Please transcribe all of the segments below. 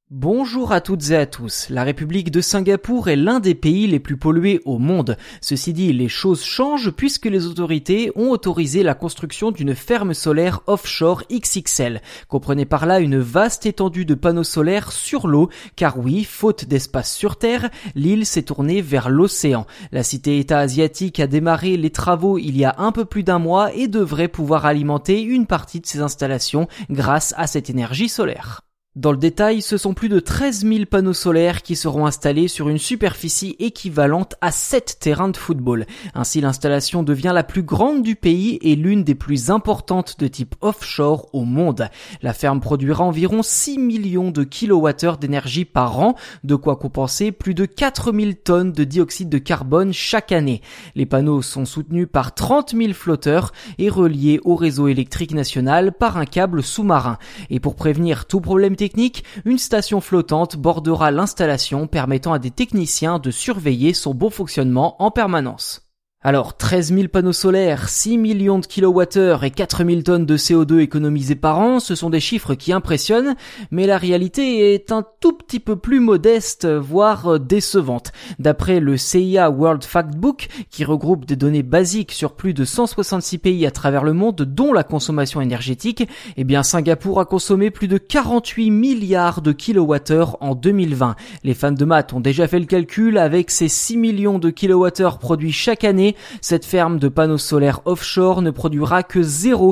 Bonjour à toutes et à tous. La République de Singapour est l'un des pays les plus pollués au monde. Ceci dit, les choses changent puisque les autorités ont autorisé la construction d'une ferme solaire offshore XXL. Comprenez par là une vaste étendue de panneaux solaires sur l'eau, car oui, faute d'espace sur Terre, l'île s'est tournée vers l'océan. La cité-État asiatique a démarré les travaux il y a un peu plus d'un mois et devrait pouvoir alimenter une partie de ses installations grâce à cette énergie solaire. Dans le détail, ce sont plus de 13 000 panneaux solaires qui seront installés sur une superficie équivalente à 7 terrains de football. Ainsi, l'installation devient la plus grande du pays et l'une des plus importantes de type offshore au monde. La ferme produira environ 6 millions de kilowattheures d'énergie par an, de quoi compenser plus de 4 000 tonnes de dioxyde de carbone chaque année. Les panneaux sont soutenus par 30 000 flotteurs et reliés au réseau électrique national par un câble sous-marin. Et pour prévenir tout problème technique, une station flottante bordera l'installation permettant à des techniciens de surveiller son bon fonctionnement en permanence. Alors, 13 000 panneaux solaires, 6 millions de kilowattheures et 4 000 tonnes de CO2 économisées par an, ce sont des chiffres qui impressionnent, mais la réalité est un tout petit peu plus modeste, voire décevante. D'après le CIA World Factbook, qui regroupe des données basiques sur plus de 166 pays à travers le monde, dont la consommation énergétique, Singapour a consommé plus de 48 milliards de kilowattheures en 2020. Les fans de maths ont déjà fait le calcul, avec ces 6 millions de kilowattheures produits chaque année, cette ferme de panneaux solaires offshore ne produira que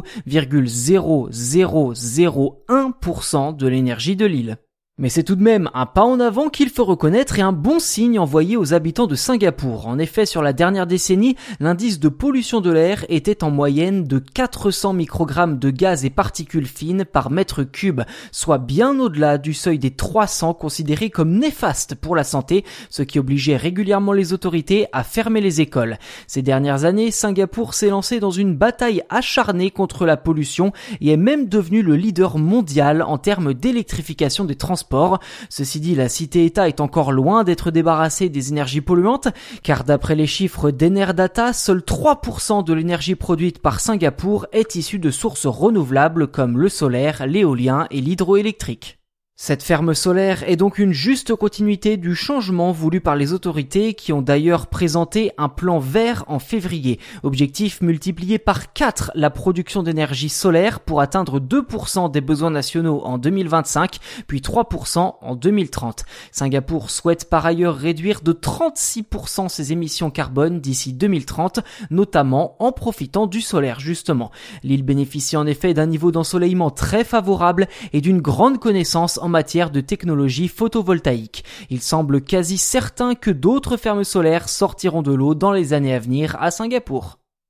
0,0001% de l'énergie de l'île. Mais c'est tout de même un pas en avant qu'il faut reconnaître et un bon signe envoyé aux habitants de Singapour. En effet, sur la dernière décennie, l'indice de pollution de l'air était en moyenne de 400 microgrammes de gaz et particules fines par mètre cube, soit bien au-delà du seuil des 300 considérés comme néfastes pour la santé, ce qui obligeait régulièrement les autorités à fermer les écoles. Ces dernières années, Singapour s'est lancé dans une bataille acharnée contre la pollution et est même devenu le leader mondial en termes d'électrification des transports. Ceci dit, la cité-État est encore loin d'être débarrassée des énergies polluantes, car d'après les chiffres d'Enerdata, seuls 3% de l'énergie produite par Singapour est issue de sources renouvelables comme le solaire, l'éolien et l'hydroélectrique. Cette ferme solaire est donc une juste continuité du changement voulu par les autorités qui ont d'ailleurs présenté un plan vert en février. Objectif multiplié par 4 la production d'énergie solaire pour atteindre 2% des besoins nationaux en 2025, puis 3% en 2030. Singapour souhaite par ailleurs réduire de 36% ses émissions carbone d'ici 2030, notamment en profitant du solaire justement. L'île bénéficie en effet d'un niveau d'ensoleillement très favorable et d'une grande connaissance en matière de technologie photovoltaïque. Il semble quasi certain que d'autres fermes solaires sortiront de l'eau dans les années à venir à Singapour.